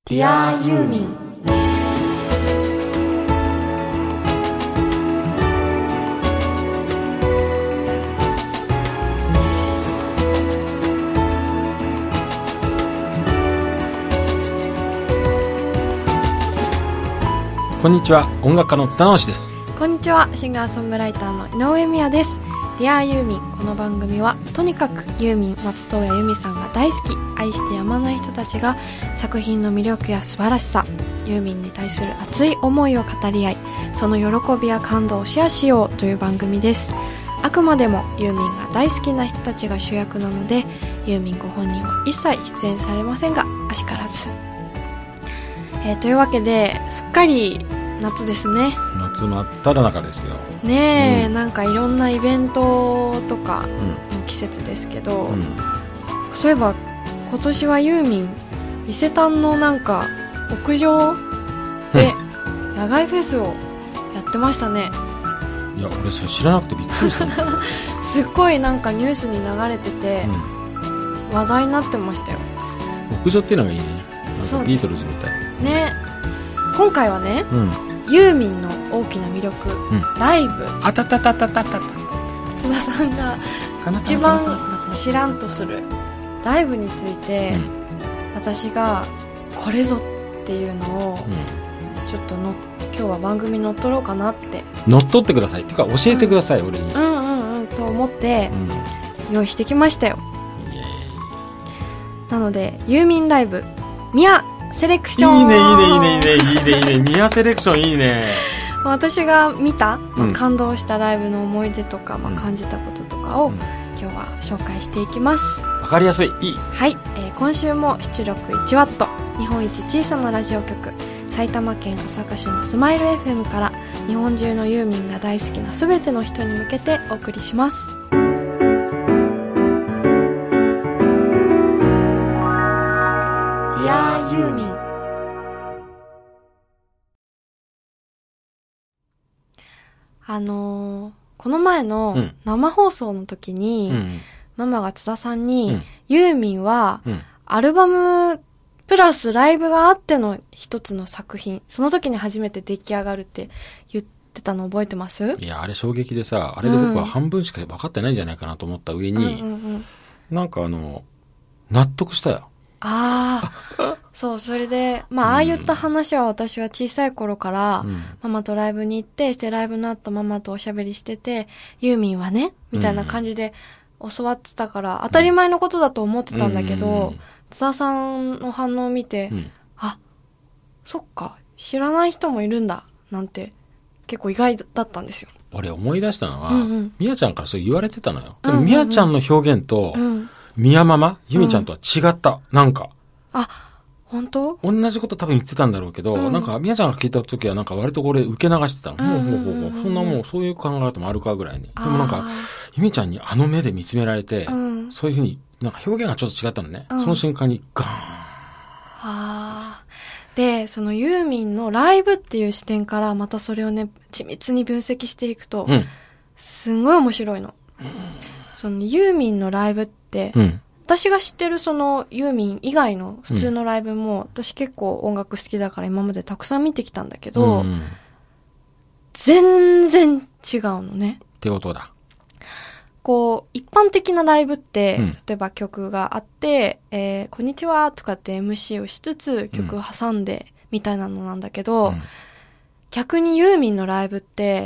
Dear ユーミン。 こんにちは、音楽家の津田直しです。 こんにちは、シンガーソングライターの井上美也です。Dear ユーミン。この番組はとにかくユーミン、松任谷由実さんが大好き、愛してやまない人たちが作品の魅力や素晴らしさ、ユーミンに対する熱い思いを語り合い、その喜びや感動をシェアしようという番組です。あくまでもユーミンが大好きな人たちが主役なので、ユーミンご本人は一切出演されませんが、あしからず。というわけで、すっかり夏ですね。 夏真っ只中ですよねえ、なんかいろんなイベントとかの季節ですけど、そういえば今年はユーミン伊勢丹のなんか屋上で野外フェスをやってましたね。 いや、俺それ知らなくてびっくりしたねすっごいなんかニュースに流れてて、話題になってましたよ。 屋上っていうのがいいね。なんかビートルズみたいね。今回はね、ユーミンの大きな魅力、ライブ。 あたたたたたたた。 津田さんが一番知らんとするライブについて、私がこれぞっていうのを、ちょっと今日は番組に乗っ取ろうかなって。 乗っ取ってくださいっていうか教えてください、俺に。 と思って、用意してきましたよ。なのでユーミンライブミヤセレクション。 いいねミヤセレクションいいね。 私が見た、感動したライブの思い出とか、感じたこととかを、今日は紹介していきます。 わかりやすい。いい。 はい、今週も出力1ワット、日本一小さなラジオ局、埼玉県朝霞市のスマイル FM から日本中のユーミンが大好きなすべての人に向けてお送りします。Dear ユーミン。この前の生放送の時に、ママが津田さんに、ユーミンは、アルバムプラスライブがあっての一つの作品、その時に初めて出来上がるって言ってたの覚えてます？ いや、あれ衝撃でさ、あれで僕は半分しか分かってないんじゃないかなと思った上に、なんか納得したよ。そう、それで、ああ言った話は私は小さい頃から、ママとライブに行って、してライブの後ママとおしゃべりしてて、ユーミンはね、みたいな感じで教わってたから、当たり前のことだと思ってたんだけど、津田さんの反応を見て、そっか、知らない人もいるんだ、なんて、結構意外だったんですよ。 俺思い出したのは、みやちゃんからそう言われてたのよ。でもみやちゃんの表現と、みやママ、ゆみちゃんとは違った。なんか。 本当？ 同じこと多分言ってたんだろうけど、なんかみやちゃんが聞いた時はなんか割とこれ受け流してたの。そんなもうそういう考え方もあるかぐらいに。でもなんか、ゆみちゃんにあの目で見つめられて、そういうふうになんか表現がちょっと違ったのね。その瞬間にガーン。 で、そのユーミンのライブっていう視点からまたそれをね、緻密に分析していくと、すんごい面白いの。そのユーミンのライブって、私が知ってるそのユーミン以外の普通のライブも、私結構音楽好きだから今までたくさん見てきたんだけど、全然違うのね。 ってことだ。 こう、一般的なライブって、例えば曲があって、こんにちはとかって MC をしつつ曲を挟んでみたいなのなんだけど、逆にユーミンのライブって、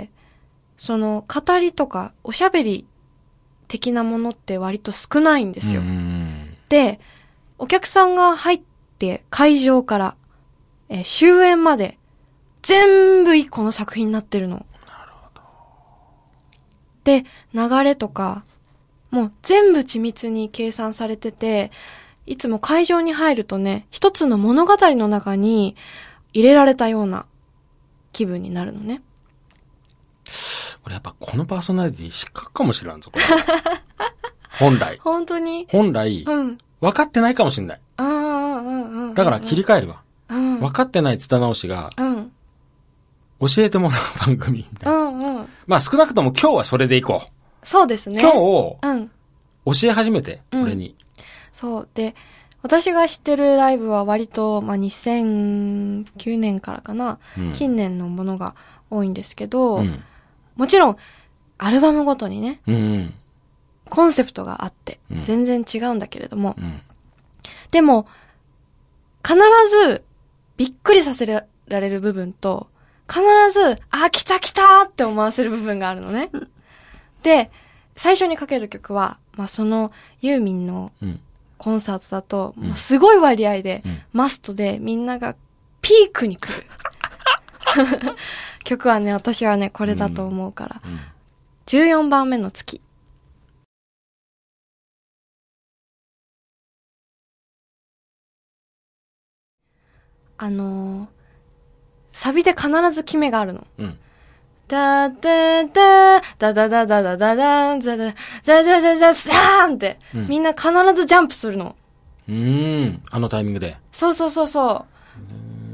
その語りとかおしゃべり的なものって割と少ないんですよ。で、お客さんが入って会場から、終演まで全部一個の作品になってるの。なるほど。で、流れとかもう全部緻密に計算されてて、いつも会場に入るとね、一つの物語の中に入れられたような気分になるのね。 俺やっぱこのパーソナリティ失格かもしれんぞ、これ。本来。 本当に？ 本来、分かってないかもしれない。だから切り替えるわ。分かってない津田直しが、教えてもらう番組みたいな。少なくとも今日はそれでいこう。 そうですね。 今日、教え始めて、俺に。 そう。で、 私が知ってるライブは割と、まあ、2009年からかな、近年のものが多いんですけど、もちろん、アルバムごとにね、コンセプトがあって、全然違うんだけれども、でも、必ず、びっくりさせられる部分と、必ず、あ、来た来たって思わせる部分があるのね。で、最初にかける曲は、まあ、そのユーミンのコンサートだと、まあ、すごい割合で、マストでみんながピークに来る。曲はね、私はね、これだと思うから。14番目の月。サビで必ず決めがあるの。ダダダダダダダダダダンザダザザザザサーンって、みんな必ずジャンプするの。 あのタイミングで。 そうそうそうそう。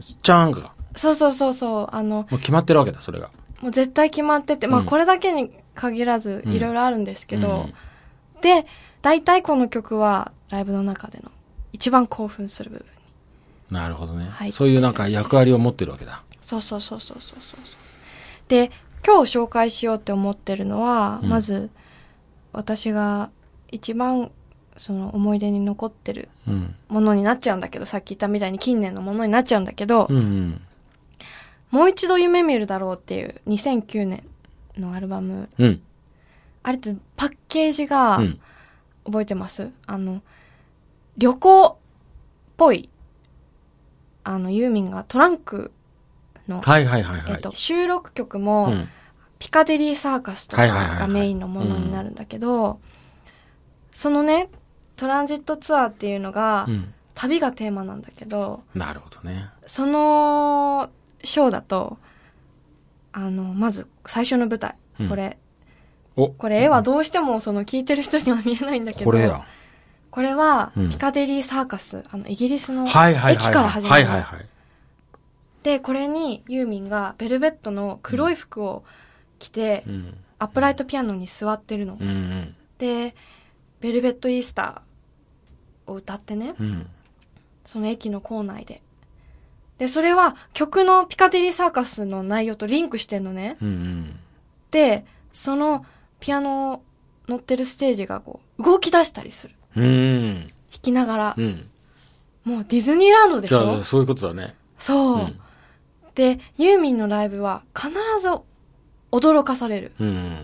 スチャーンが。 そうそうそうそう。もう決まってるわけだ、それが。 もう絶対決まってて、まあこれだけに限らずいろいろあるんですけど、で、大体この曲はライブの中での一番興奮する部分に。 なるほどね。そういうなんか役割を持ってるわけだ。 そうそうそうそうそうそう。で、今日紹介しようって思ってるのは、まず、私が一番、その思い出に残ってるものになっちゃうんだけど、さっき言ったみたいに近年のものになっちゃうんだけど、もう一度夢見るだろうっていう2009年のアルバム。あれってパッケージが、覚えてます？旅行っぽい、ユーミンがトランクの、収録曲も、ピカデリーサーカスとかがメインのものになるんだけど、そのね、トランジットツアーっていうのが、旅がテーマなんだけど、 なるほどね。 そのショーだと、まず最初の舞台、これ絵はどうしてもその聴いてる人には見えないんだけど、これはピカデリーサーカス、イギリスの駅から始まる。で、これにユーミンがベルベットの黒い服を着て、アップライトピアノに座ってるの。で、ベルベットイースターを歌ってね、その駅の構内で。で、それは曲のピカデリーサーカスの内容とリンクしてんのね。で、そのピアノ乗ってるステージがこう動き出したりする。弾きながら。もうディズニーランドでしょ？ じゃあ、そういうことだね。 そう。で、ユーミンのライブは必ず驚かされる。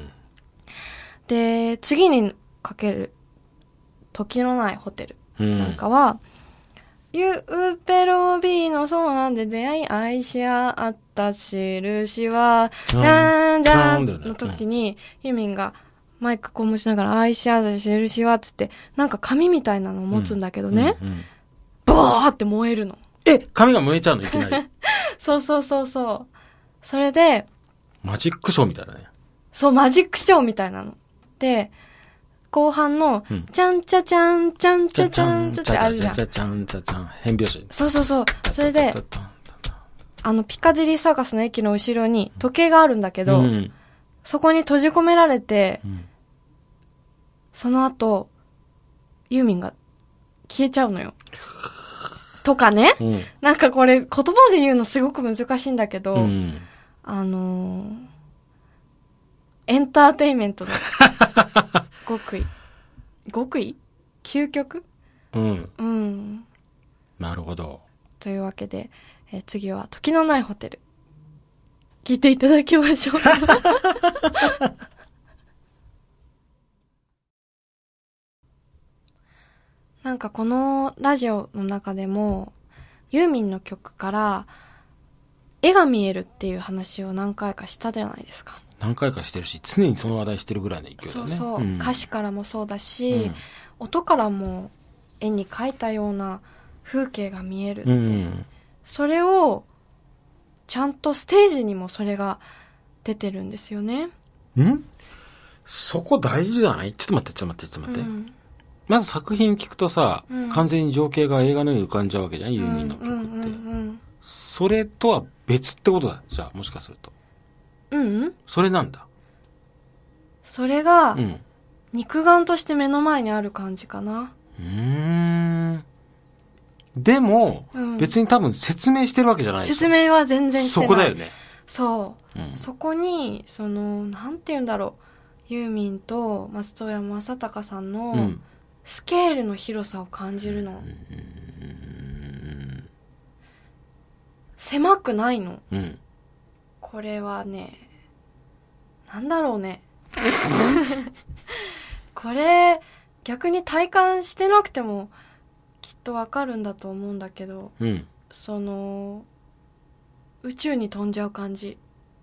で、次にかける時のないホテルなんかは、ゆうぺろびの空で出会い愛し合った印は、なんじゃんの時に、ユーミンがマイクこう持ちながら愛し合った印はつって、なんか紙みたいなのを持つんだけどね、ボーって燃えるの。 紙が燃えちゃうのいきなり。 そうそうそうそう。それで、 マジックショーみたいだね。 そう、マジックショーみたいなの。で、後半の、ちゃんちゃちゃん、ちゃんちゃちゃんってあるじゃん。 ちゃちゃんちゃちゃん、変拍子。 そうそうそう。それで、ピカデリーサーカスの駅の後ろに時計があるんだけど、そこに閉じ込められて、その後、ユーミンが消えちゃうのよ。とかね、なんかこれ言葉で言うのすごく難しいんだけど、エンターテインメントの極意究極なるほど。 というわけで、次は時のないホテル聞いていただきましょう。なんかこのラジオの中でもユーミンの曲から絵が見えるっていう話を何回かしたじゃないですか。 何回かしてるし、常にその話題してるぐらいの勢いだね。 そうそう、歌詞からもそうだし、音からも絵に描いたような風景が見えるって、それをちゃんとステージにもそれが出てるんですよね。 そこ大事じゃない？ちょっと待って。まず作品聞くとさ、完全に情景が映画のように浮かんじゃうわけじゃん、ユーミンの曲って。それとは別ってことだ。じゃあ、もしかすると。それなんだ。 それが、肉眼として目の前にある感じかな。 でも、別に多分説明してるわけじゃないでしょ。 説明は全然してない。 そこだよね。 そう。そこに、なんて言うんだろう。ユーミンと松任谷正隆さんのスケールの広さを感じるの。狭くないの。これはね、なんだろうね。これ、逆に体感してなくてもきっとわかるんだと思うんだけど、宇宙に飛んじゃう感じ。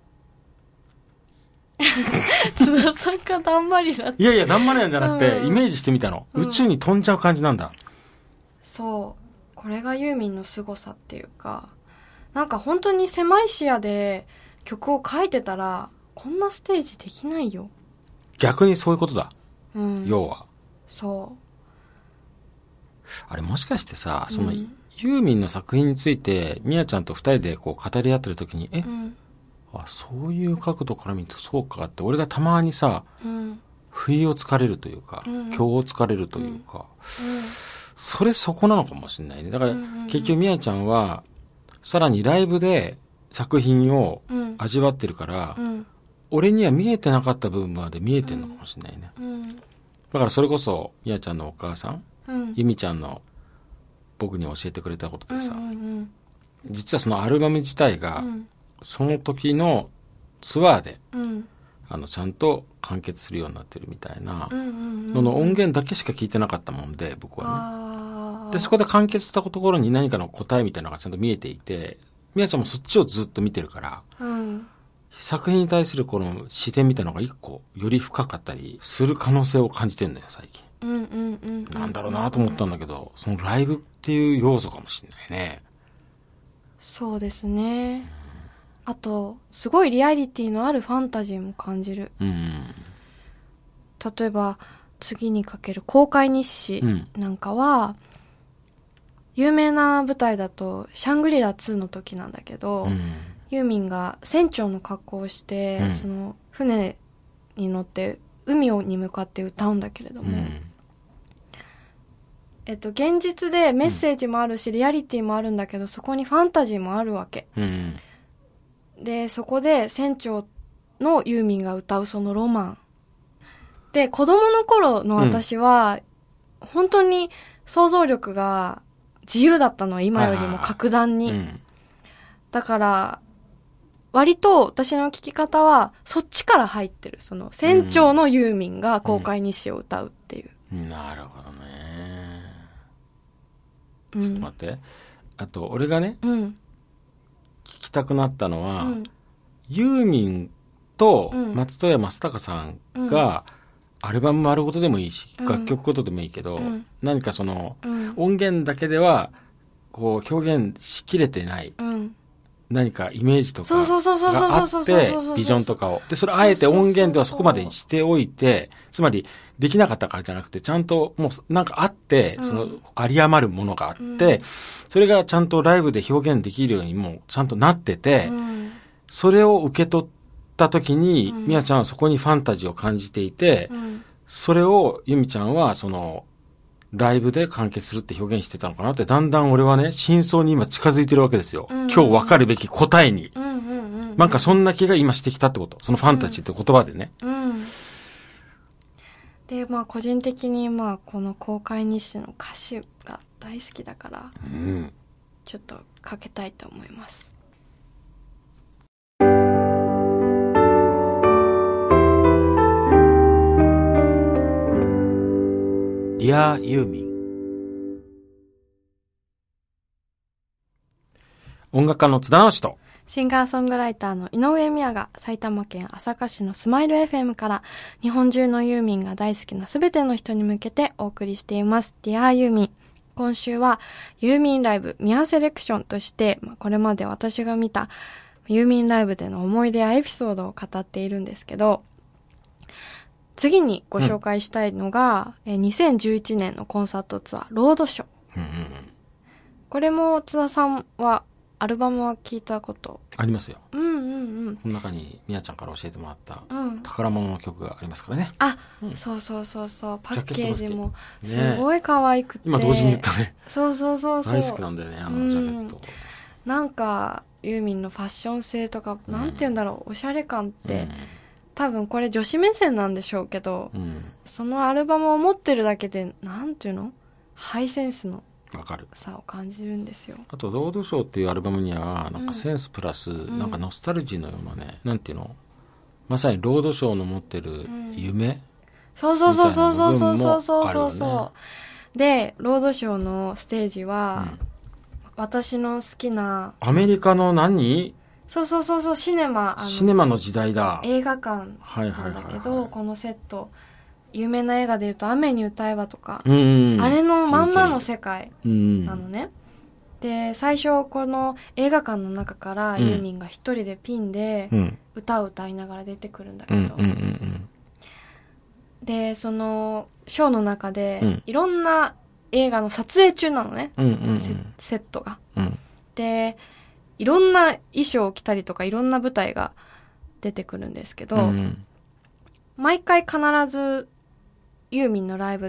津田さんがだんまりなって。 いやいや、だんまりなんじゃなくて、イメージしてみたの。宇宙に飛んじゃう感じなんだ。 そう。これがユーミンの凄さっていうか、なんか本当に狭い視野で曲を書いてたら、こんなステージできないよ。 逆にそういうことだ。要は。 そう。 あれもしかしてさ、ユーミンの作品について、みやちゃんと二人でこう語り合ってる時に、そういう角度から見るとそうかって、俺がたまにさ、不意をつかれるというか、今日をつかれるというか、そこなのかもしれないね。だから、結局みやちゃんは、さらにライブで作品を味わってるから、俺には見えてなかった部分まで見えてるのかもしれないね。だからそれこそ、みやちゃんのお母さん、ゆみちゃんの僕に教えてくれたことでさ、実はそのアルバム自体が、その時のツアーで、ちゃんと完結するようになってるみたいなのの音源だけしか聞いてなかったもんで、僕はね。で、そこで完結したところに何かの答えみたいなのがちゃんと見えていて、みやちゃんもそっちをずっと見てるから、作品に対するこの視点みたいなのが一個より深かったりする可能性を感じてるんだよ、最近。なんだろうなと思ったんだけど、そのライブっていう要素かもしれないね。 そうですね。あと、すごいリアリティのあるファンタジーも感じる。例えば、次にかける公開日誌なんかは、有名な舞台だと、シャングリラ2の時なんだけど、ユーミンが船長の格好をして、その船に乗って海に向かって歌うんだけれども、現実でメッセージもあるし、リアリティもあるんだけど、そこにファンタジーもあるわけ。で、そこで船長のユーミンが歌うそのロマン。で、子供の頃の私は、本当に想像力が自由だったの、今よりも格段に。だから、割と私の聞き方は、そっちから入ってる。その、船長のユーミンが公開日誌を歌うっていう。 なるほどね。ちょっと待って。あと、俺がね、聞きたくなったのは、ユーミンと松任谷正隆さんが、アルバム丸ごとでもいいし、楽曲ごとでもいいけど、何かその、音源だけでは、こう、表現しきれてない。何かイメージとかがあって、ビジョンとかを。で、それあえて音源ではそこまでしておいて、つまりできなかったからじゃなくて、ちゃんともうなんかあって、その有り余るものがあって、それがちゃんとライブで表現できるようにもうちゃんとなってて、それを受け取った時に、みやちゃんはそこにファンタジーを感じていて、それをゆみちゃんはその、ライブで完結するって表現してたのかなって、だんだん俺はね、真相に今近づいてるわけですよ。今日分かるべき答えに。なんかそんな気が今してきたってこと。そのファンタジーって言葉でね。 で、まあ個人的にまあこの公開日誌の歌詞が大好きだから、ちょっとかけたいと思います。 Dear ユーミン。音楽家の津田直人とシンガーソングライターの井上美也が埼玉県朝霞市のスマイル FM から日本中のユーミンが大好きなすべての人に向けてお送りしています。Dear ユーミン。今週はユーミンライブミヤセレクションとして、これまで私が見たユーミンライブでの思い出やエピソードを語っているんですけど、次にご紹介したいのが、2011年のコンサートツアー、ロードショー。これも津田さんは、アルバムは聞いたことありますよ。 この中にみやちゃんから教えてもらった宝物の曲がありますからね。 そうそうそうそう。パッケージもすごい可愛くて。 今同時に言ったね。 そうそうそうそう。 大好きなんだよね、ジャケット。 なんか、ユーミンのファッション性とか、なんて言うんだろう、おしゃれ感って、多分これ女子目線なんでしょうけど、そのアルバムを持ってるだけで、なんていうの？ハイセンスの差を感じるんですよ。 あと、ロードショーっていうアルバムには、なんかセンスプラス、なんかノスタルジーのようなね、なんていうの？まさにロードショーの持ってる夢、 そうそうそうそうそうそうそうそう。で、ロードショーのステージは、私の好きなアメリカの何？ そうそうそうそう、シネマの時代だ。 映画館なんだけど、このセット有名な映画でいうと雨に歌えばとか、あれのまんまの世界なのね。で、最初この映画館の中からユーミンが一人でピンで歌を歌いながら出てくるんだけど、で、そのショーの中でいろんな映画の撮影中なのね、セットが。で、いろんな衣装を着たりとかいろんな舞台が出てくるんですけど、毎回必ずユーミンのライブって、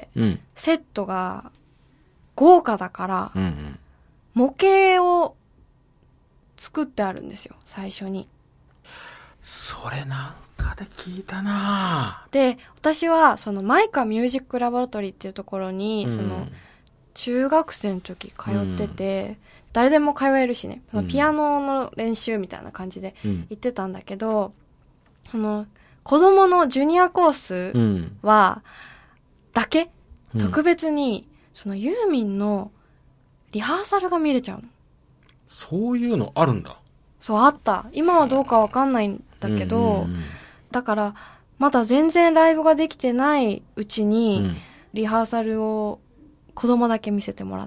セットが豪華だから、模型を作ってあるんですよ、最初に。 それなんかで聞いたなぁ。 で、私はそのマイカミュージックラボラトリーっていうところに、その中学生の時通ってて、誰でも通えるしね、ピアノの練習みたいな感じで行ってたんだけど、子供のジュニアコースは、だけ、特別に、そのユーミンのリハーサルが見れちゃうの。 そういうのあるんだ。 そう、あった。今はどうかわかんないんだけど、だから、まだ全然ライブができてないうちに、リハーサルを子供だけ見せてもらって、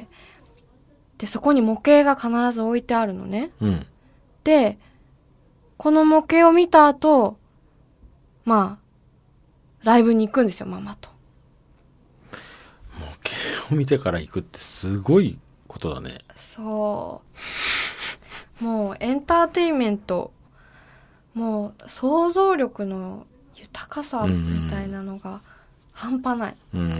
で、そこに模型が必ず置いてあるのね。で、この模型を見た後、まあ、ライブに行くんですよ、ママと。 模型を見てから行くってすごいことだね。 そう。もうエンターテインメント、もう想像力の豊かさみたいなのが半端ない。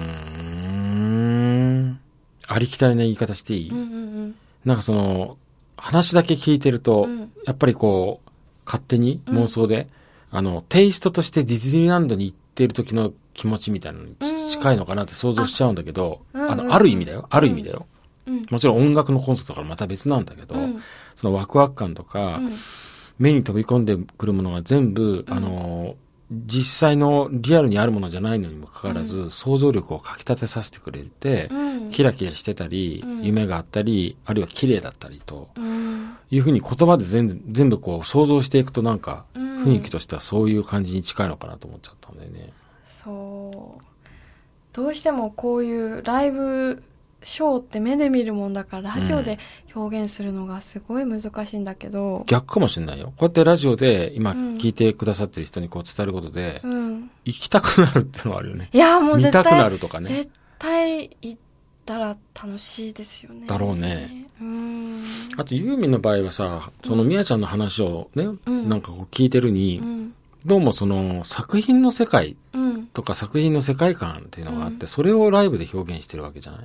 ありきたりな言い方していい？なんかその、話だけ聞いてると、やっぱりこう、勝手に妄想で、テイストとしてディズニーランドに行っている時の気持ちみたいなのに近いのかなって想像しちゃうんだけど、ある意味だよ。ある意味だよ。もちろん音楽のコンサートからまた別なんだけど、そのワクワク感とか、目に飛び込んでくるものが全部、実際のリアルにあるものじゃないのにもかかわらず、想像力をかき立てさせてくれて、キラキラしてたり、夢があったり、あるいは綺麗だったりと、いうふうに言葉で全部こう想像していくとなんか、雰囲気としてはそういう感じに近いのかなと思っちゃったんだよね。 そう。どうしてもこういうライブショーって目で見るもんだからラジオで表現するのがすごい難しいんだけど、 逆かもしれないよ。こうやってラジオで今聞いてくださってる人にこう伝えることで、行きたくなるってのはあるよね。 いやもう絶対見たくなるとかね。 絶対行ったら楽しいですよね。 だろうね。あとユーミンの場合はさ、そのみやちゃんの話をね、なんかこう聞いてるに、どうもその作品の世界とか作品の世界観っていうのがあって、それをライブで表現してるわけじゃない。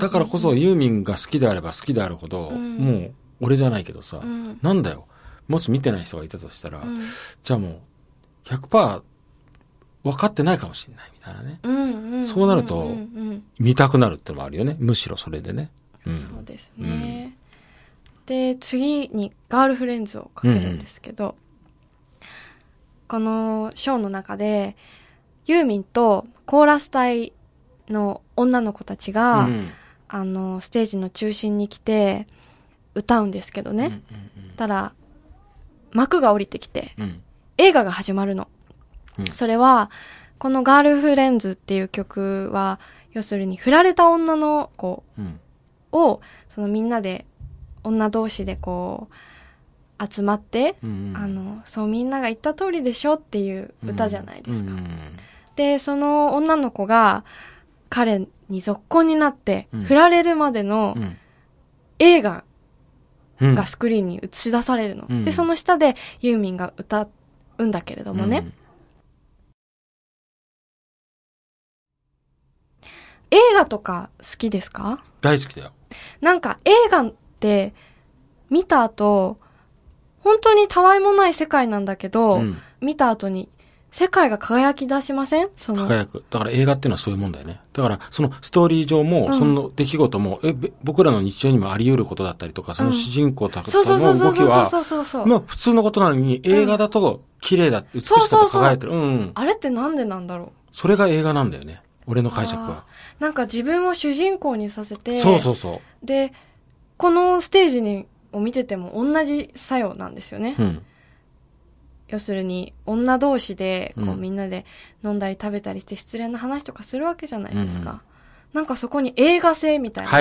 だからこそユーミンが好きであれば好きであるほど、もう俺じゃないけどさ、なんだよ。もし見てない人がいたとしたら、じゃあもう 100% 分かってないかもしれないみたいなね。そうなると、見たくなるってのもあるよね。むしろそれでね。 そうですね。で、次にガールフレンズをかけるんですけど、このショーの中で、ユーミンとコーラス隊の女の子たちが、ステージの中心に来て歌うんですけどね。ただ、幕が降りてきて、映画が始まるの。それは、このガールフレンズっていう曲は、要するに振られた女の子を、そのみんなで、女同士でこう、集まって、そうみんなが言った通りでしょっていう歌じゃないですか。で、その女の子が彼に続婚になって、振られるまでの映画がスクリーンに映し出されるの。うん、で、その下でユーミンが歌うんだけれどもね。うん、映画とか好きですか？ 大好きだよ。 なんか映画って見た後、本当にたわいもない世界なんだけど、うん、見た後に世界が輝き出しません？ 輝く。だから映画っていうのはそういうもんだよね。だからそのストーリー上も、その出来事も、僕らの日常にもあり得ることだったりとか、その主人公とかの動きは、まあ普通のことなのに映画だと綺麗だって美しさと輝いてる。 あれってなんでなんだろう。 それが映画なんだよね。俺の解釈は。 なんか自分を主人公にさせて、 で、 このステージを見てても同じ作用なんですよね。うん、要するに女同士でこうみんなで飲んだり食べたりして失恋の話とかするわけじゃないですか。うん、なんかそこに映画性みたいな。 はい。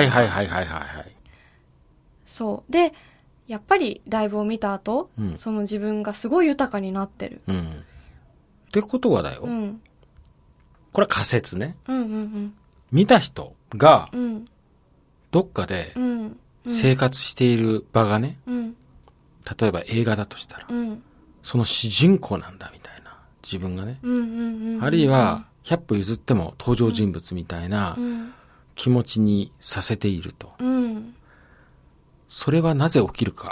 そう。で、やっぱりライブを見た後、その自分がすごい豊かになってる。 ってことはだよ。これは仮説ね。 うん。 見た人が、どっかで生活している場がね、例えば映画だとしたら、その主人公なんだみたいな自分がね、あるいは100歩譲っても登場人物みたいな気持ちにさせていると、それはなぜ起きるか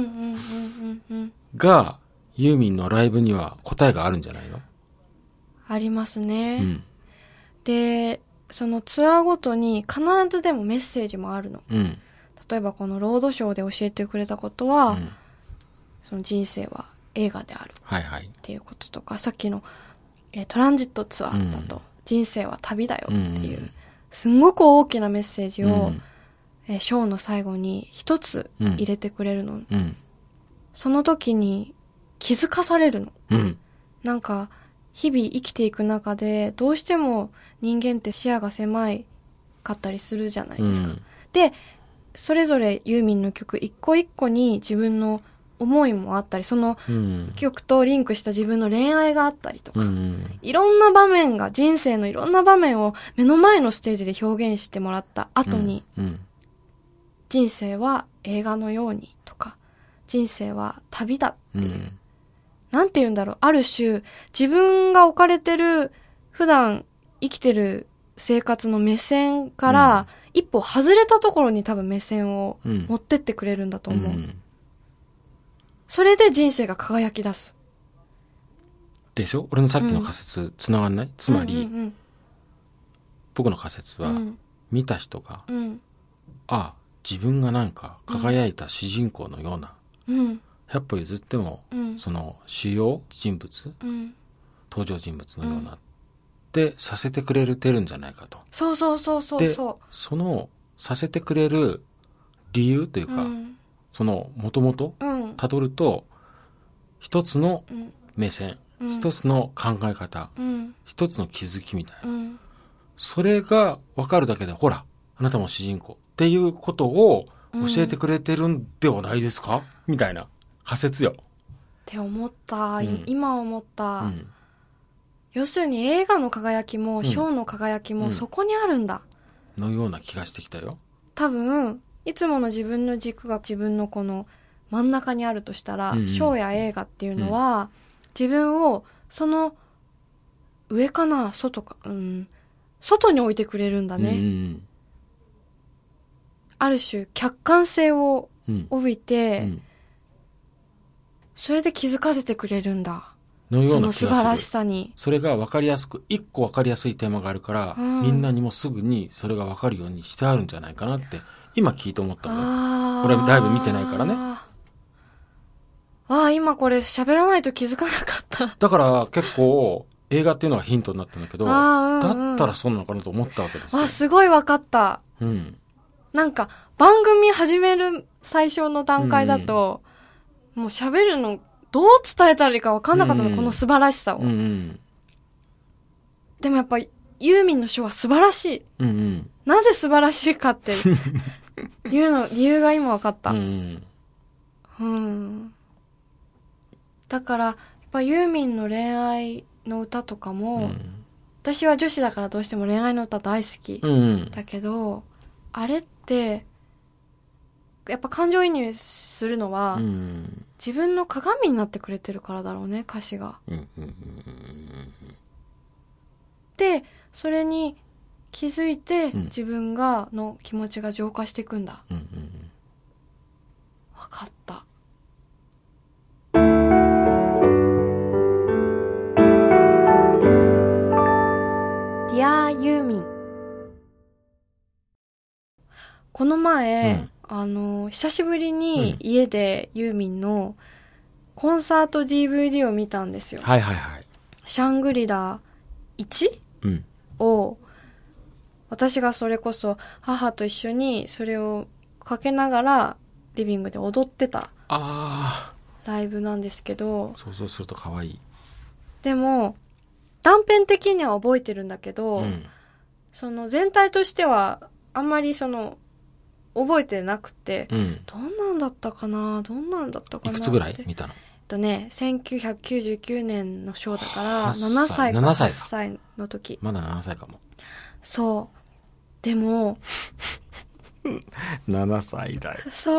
がユーミンのライブには答えがあるんじゃないの？ ありますね、でそのツアーごとに必ずでもメッセージもあるの、例えばこのロードショーで教えてくれたことは、その人生は映画であるっていうこととか、さっきの、トランジットツアーだと、人生は旅だよっていう、すんごく大きなメッセージを、ショーの最後に一つ入れてくれるの、その時に気づかされるの、なんか日々生きていく中でどうしても人間って視野が狭いかったりするじゃないですか、でそれぞれユーミンの曲一個一個に自分の思いもあったり、その曲とリンクした自分の恋愛があったりとか、いろんな場面が、人生のいろんな場面を目の前のステージで表現してもらった後に、人生は映画のようにとか、人生は旅だっていう、なんて言うんだろう、ある種自分が置かれてる普段生きてる生活の目線から、一歩外れたところに多分目線を持ってってくれるんだと思う、それで人生が輝き出すでしょ。俺のさっきの仮説つながんない？つまり、僕の仮説は、見た人が、自分がなんか輝いた主人公のような、100歩譲っても、その主要人物、登場人物のような、でさせてくれてるんじゃないかと。 そう。 でそのさせてくれる理由というか、その元々たどると、一つの目線、一つの考え方、一つの気づきみたいな、それが分かるだけで、ほらあなたも主人公っていうことを教えてくれてるんではないですか、みたいな仮説よって思った、今思った、要するに映画の輝きもショーの輝きもそこにあるんだ、 のような気がしてきたよ。 多分いつもの自分の軸が自分のこの真ん中にあるとしたら、ショーや映画っていうのは、自分をその上かな外か、外に置いてくれるんだね、ある種客観性を帯びて、それで気づかせてくれるんだ、 のような気がする。その素晴らしさに。 それが分かりやすく、一個分かりやすいテーマがあるから、みんなにもすぐにそれが分かるようにしてあるんじゃないかなって今聞いて思ったの。俺ライブ見てないからね。 今これ喋らないと気づかなかった。 だから結構映画っていうのがヒントになったんだけど、だったらそうなのかなと思ったわけですよ。 すごい分かった。なんか番組始める最初の段階だと、もう喋るのどう伝えたらいいか分かんなかったの、この素晴らしさを。でもやっぱユーミンのショーは素晴らしい。なぜ素晴らしいかっていう理由が今分かった。だからやっぱユーミンの恋愛の歌とかも、私は女子だからどうしても恋愛の歌大好き、だけどあれってやっぱ感情移入するのは、自分の鏡になってくれてるからだろうね、歌詞が。で、それに気づいて、自分の気持ちが浄化していくんだ。わかった。Dear ユーミン。この前、久しぶりに家でユーミンのコンサート DVD を見たんですよ。 はいはいはい。 シャングリラ 1?、を、私がそれこそ母と一緒にそれをかけながらリビングで踊ってたライブなんですけど、 想像すると可愛い。 でも断片的には覚えてるんだけど、その全体としてはあんまり覚えてなくて、どんなんだったかな、いくつぐらい見たの ？1999年のショーだから7歳か8歳の時。 まだ7歳かも。 そう。でも 7歳だよ。 そう。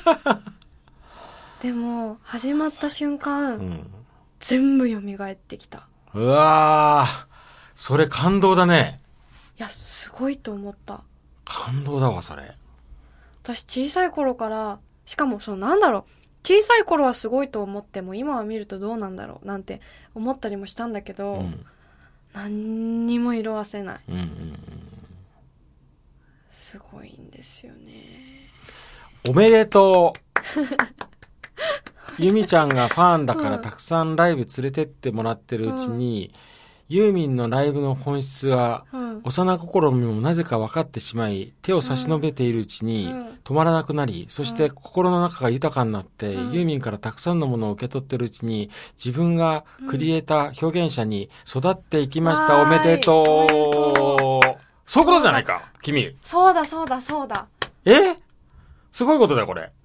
でも始まった瞬間、全部蘇ってきた。 うわー、それ感動だね。 いや、すごいと思った。 感動だわ、それ。 私小さい頃から、しかも小さい頃はすごいと思っても今は見るとどうなんだろうなんて思ったりもしたんだけど、何にも色あせない。すごいんですよね。 おめでとう。ユミちゃんがファンだからたくさんライブ連れてってもらってるうちに、ユーミンのライブの本質が、幼心にもなぜか分かってしまい、手を差し伸べているうちに止まらなくなり、そして心の中が豊かになって、ユーミンからたくさんのものを受け取ってるうちに、自分がクリエイター、表現者に育っていきました。おめでとう。そういうことじゃないか、君。 そうだ。 すごいことだよ、これ。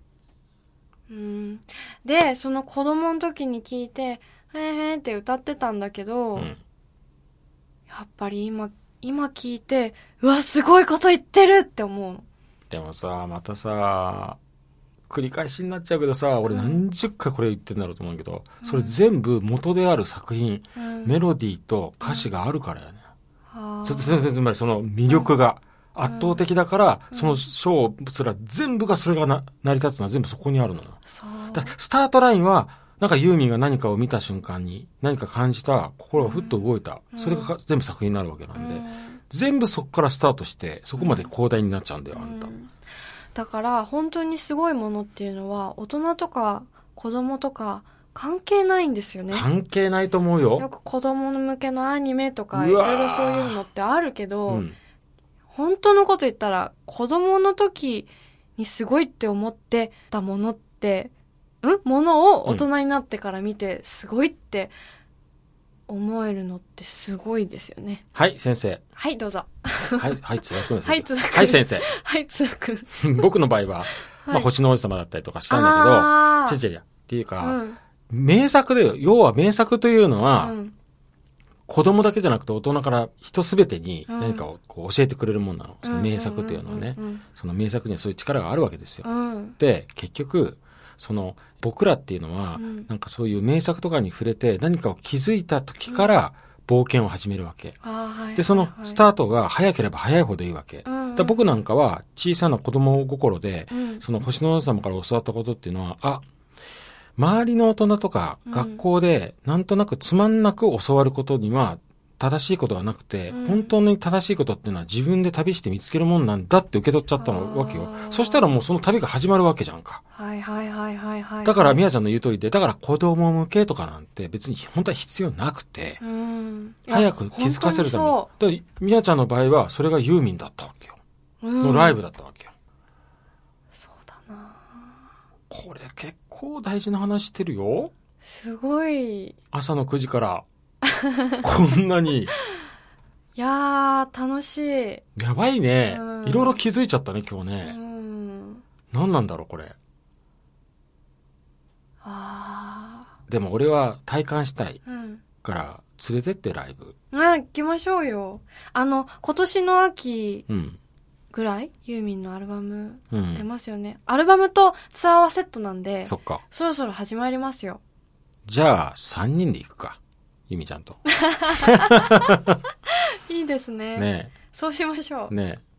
で、その子供の時に聞いて、へーって歌ってたんだけど、やっぱり今聞いて、うわ、すごいこと言ってるって思うの。 でもさ、またさ、繰り返しになっちゃうけどさ、俺何十回これ言ってんだろうと思うけど、それ全部元である作品、メロディーと歌詞があるからやね。つまりその魅力が圧倒的だから、そのショーすら全部がそれが成り立つのは全部そこにあるのよ。だスタートラインは、なんかユーミンが何かを見た瞬間に何か感じた、心がふっと動いた。それが全部作品になるわけなんで、全部そこからスタートして、そこまで広大になっちゃうんだよ、あんた。 だから本当にすごいものっていうのは、大人とか子供とか関係ないんですよね。 関係ないと思うよ。 よく子供向けのアニメとかいろいろそういうのってあるけど、本当のこと言ったら子供の時にすごいって思ってたものってものを大人になってから見てすごいって思えるのってすごいですよね。 はい、先生。 はい、どうぞ。 はい、津田くんです。 はい、津田くん。 はい、先生。 はい、津田くん。 僕の場合は、星の王子様だったりとかしたんだけど、っていうか、名作だよ。要は名作というのは、子供だけじゃなくて大人から人すべてに何かをこう教えてくれるもんなの。その名作というのはね。その名作にはそういう力があるわけですよ。で、結局、僕らっていうのは、なんかそういう名作とかに触れて何かを気づいた時から冒険を始めるわけ。で、そのスタートが早ければ早いほどいいわけ。で僕なんかは小さな子供心で、その星の王子様から教わったことっていうのは、周りの大人とか学校でなんとなくつまんなく教わることには正しいことがなくて、本当に正しいことっていうのは自分で旅して見つけるもんなんだって受け取っちゃったわけよ。そしたらもうその旅が始まるわけじゃんか。だからみやちゃんの言う通りで、だから子供向けとかなんて別に本当は必要なくて、早く気づかせるために。だからみやちゃんの場合はそれがユーミンだったわけよ。のライブだったわけよ。 そうだな。 これ結構大事な話してるよ。 すごい。 朝の9時から。こんなに。 いやー、楽しい。 やばいね。いろいろ気づいちゃったね、今日ね。何なんだろう、これ。でも俺は体感したい。から、連れてってライブ。 行きましょうよ。今年の秋ぐらいユーミンのアルバム出ますよね、アルバムとツアーはセットなんで、 そっか、 そろそろ始まりますよ。 じゃあ3人で行くか、ユミちゃんと。 いいですね。 ねえ、 そうしましょう。 ねえ。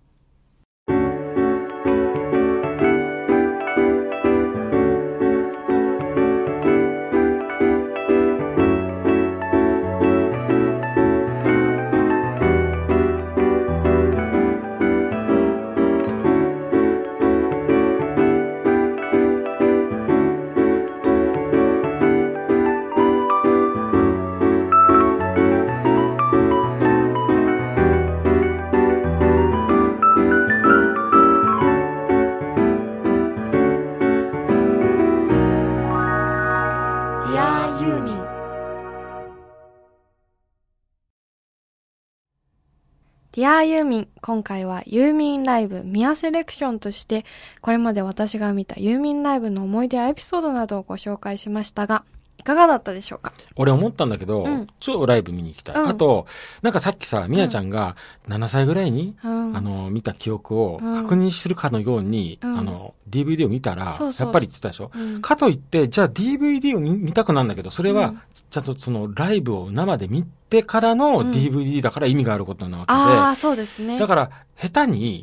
ディアユーミン、今回はユーミンライブミアセレクションとして、これまで私が見たユーミンライブの思い出やエピソードなどをご紹介しましたが、いかがだったでしょうか？ 俺思ったんだけど、超ライブ見に行きたい。あと、なんかさっきさ、みやちゃんが7歳ぐらいに、見た記憶を確認するかのように、DVD を見たら、やっぱり言ってたでしょ、かといって、じゃあ DVD を見たくなるんだけど、それは、ちゃんとそのライブを生で見てからの DVD だから意味があることなわけで。 ああ、そうですね。 だから、下手に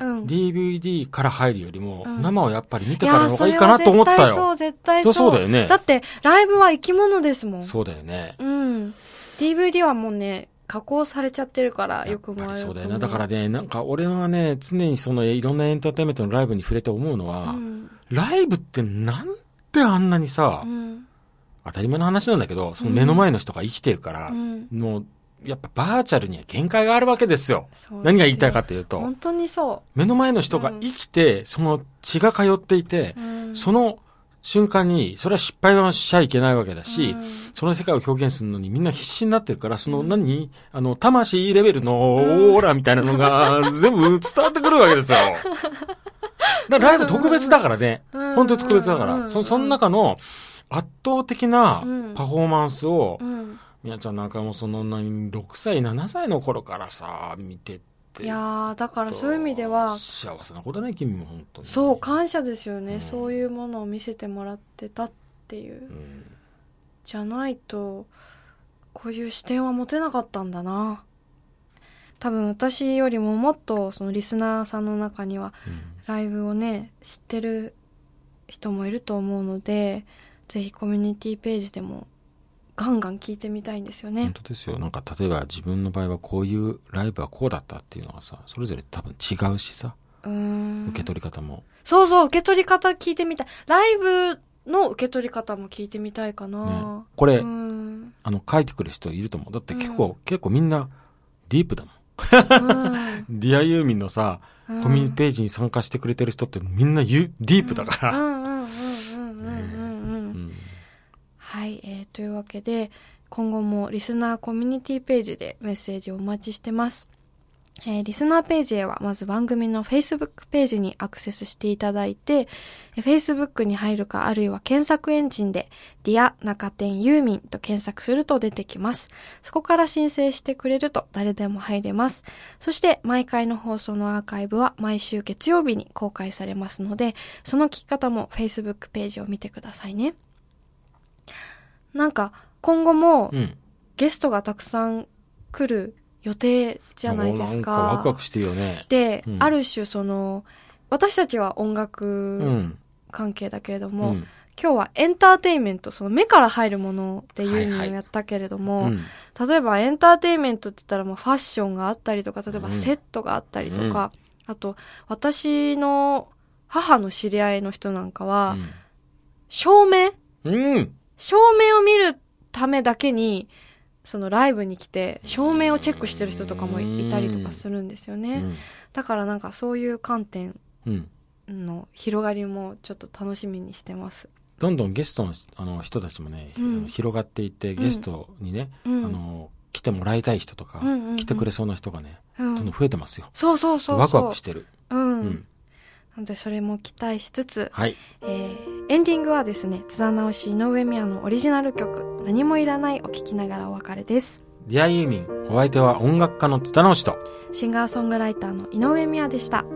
DVD から入るよりも、生をやっぱり見てからの方がいいかなと思ったよ。 絶対そう、 そうだよね。 だって、ライブは生き物ですもん。 そうだよね。 DVD はもうね、加工されちゃってるからよく思われると思う。 そうだよね。だからね、なんか俺はね、常にそのいろんなエンターテインメントのライブに触れて思うのは、ライブってなんであんなにさ、当たり前の話なんだけど、その目の前の人が生きてるから、もう、やっぱバーチャルには限界があるわけですよ。何が言いたいかというと、 本当にそう。 目の前の人が生きて、その血が通っていて、その瞬間に、それは失敗はしちゃいけないわけだし、その世界を表現するのにみんな必死になってるから、その魂レベルのオーラみたいなのが全部伝わってくるわけですよ。だからライブ特別だからね。本当に特別だから。その中の圧倒的なパフォーマンスを、みやちゃんなんかもその6歳、7歳の頃からさ、見てて。 いやー、だからそういう意味では。 幸せなことね、君も本当に。 そう、感謝ですよね。そういうものを見せてもらってたっていう。じゃないと、こういう視点は持てなかったんだな。多分私よりももっとそのリスナーさんの中には、ライブをね、知ってる人もいると思うので、ぜひコミュニティページでもガンガン聞いてみたいんですよね。 本当ですよ。なんか例えば自分の場合はこういうライブはこうだったっていうのがさ、それぞれ多分違うしさ、受け取り方も。 そうそう、受け取り方聞いてみたい。ライブの受け取り方も聞いてみたいかな。 ね、これ、書いてくる人いると思う。だって結構みんなディープだもん。ディアユーミンのさ、コミュニティページに参加してくれてる人ってみんなディープだから。 はい、というわけで今後もリスナーコミュニティページでメッセージをお待ちしてます。リスナーページへはまず番組の Facebook ページにアクセスしていただいて、Facebook に入るかあるいは検索エンジンでディア中店ユーミンと検索すると出てきます。そこから申請してくれると誰でも入れます。そして毎回の放送のアーカイブは毎週月曜日に公開されますので、その聞き方も Facebook ページを見てくださいね。なんか今後もゲストがたくさん来る予定じゃないですか。 なんかワクワクしてるよね。 で、ある種その私たちは音楽関係だけれども、今日はエンターテインメント、その目から入るものでいうのをやったけれども、例えばエンターテインメントって言ったらもうファッションがあったりとか、例えばセットがあったりとか、あと私の母の知り合いの人なんかは、照明を見るためだけにそのライブに来て照明をチェックしてる人とかもいたりとかするんですよね。だからなんかそういう観点の広がりもちょっと楽しみにしてます。 どんどんゲストの人たちもね、広がっていってゲストにね、来てもらいたい人とか、来てくれそうな人がね、どんどん増えてますよ。 そうそうそうそう。 ワクワクしてる。 なのでそれも期待しつつ、 はい、 エンディングはですね、津田直し井上美也のオリジナル曲何もいらないを聴きながらお別れです。 ディアユーミン、お相手は音楽家の津田直しとシンガーソングライターの井上美也でした。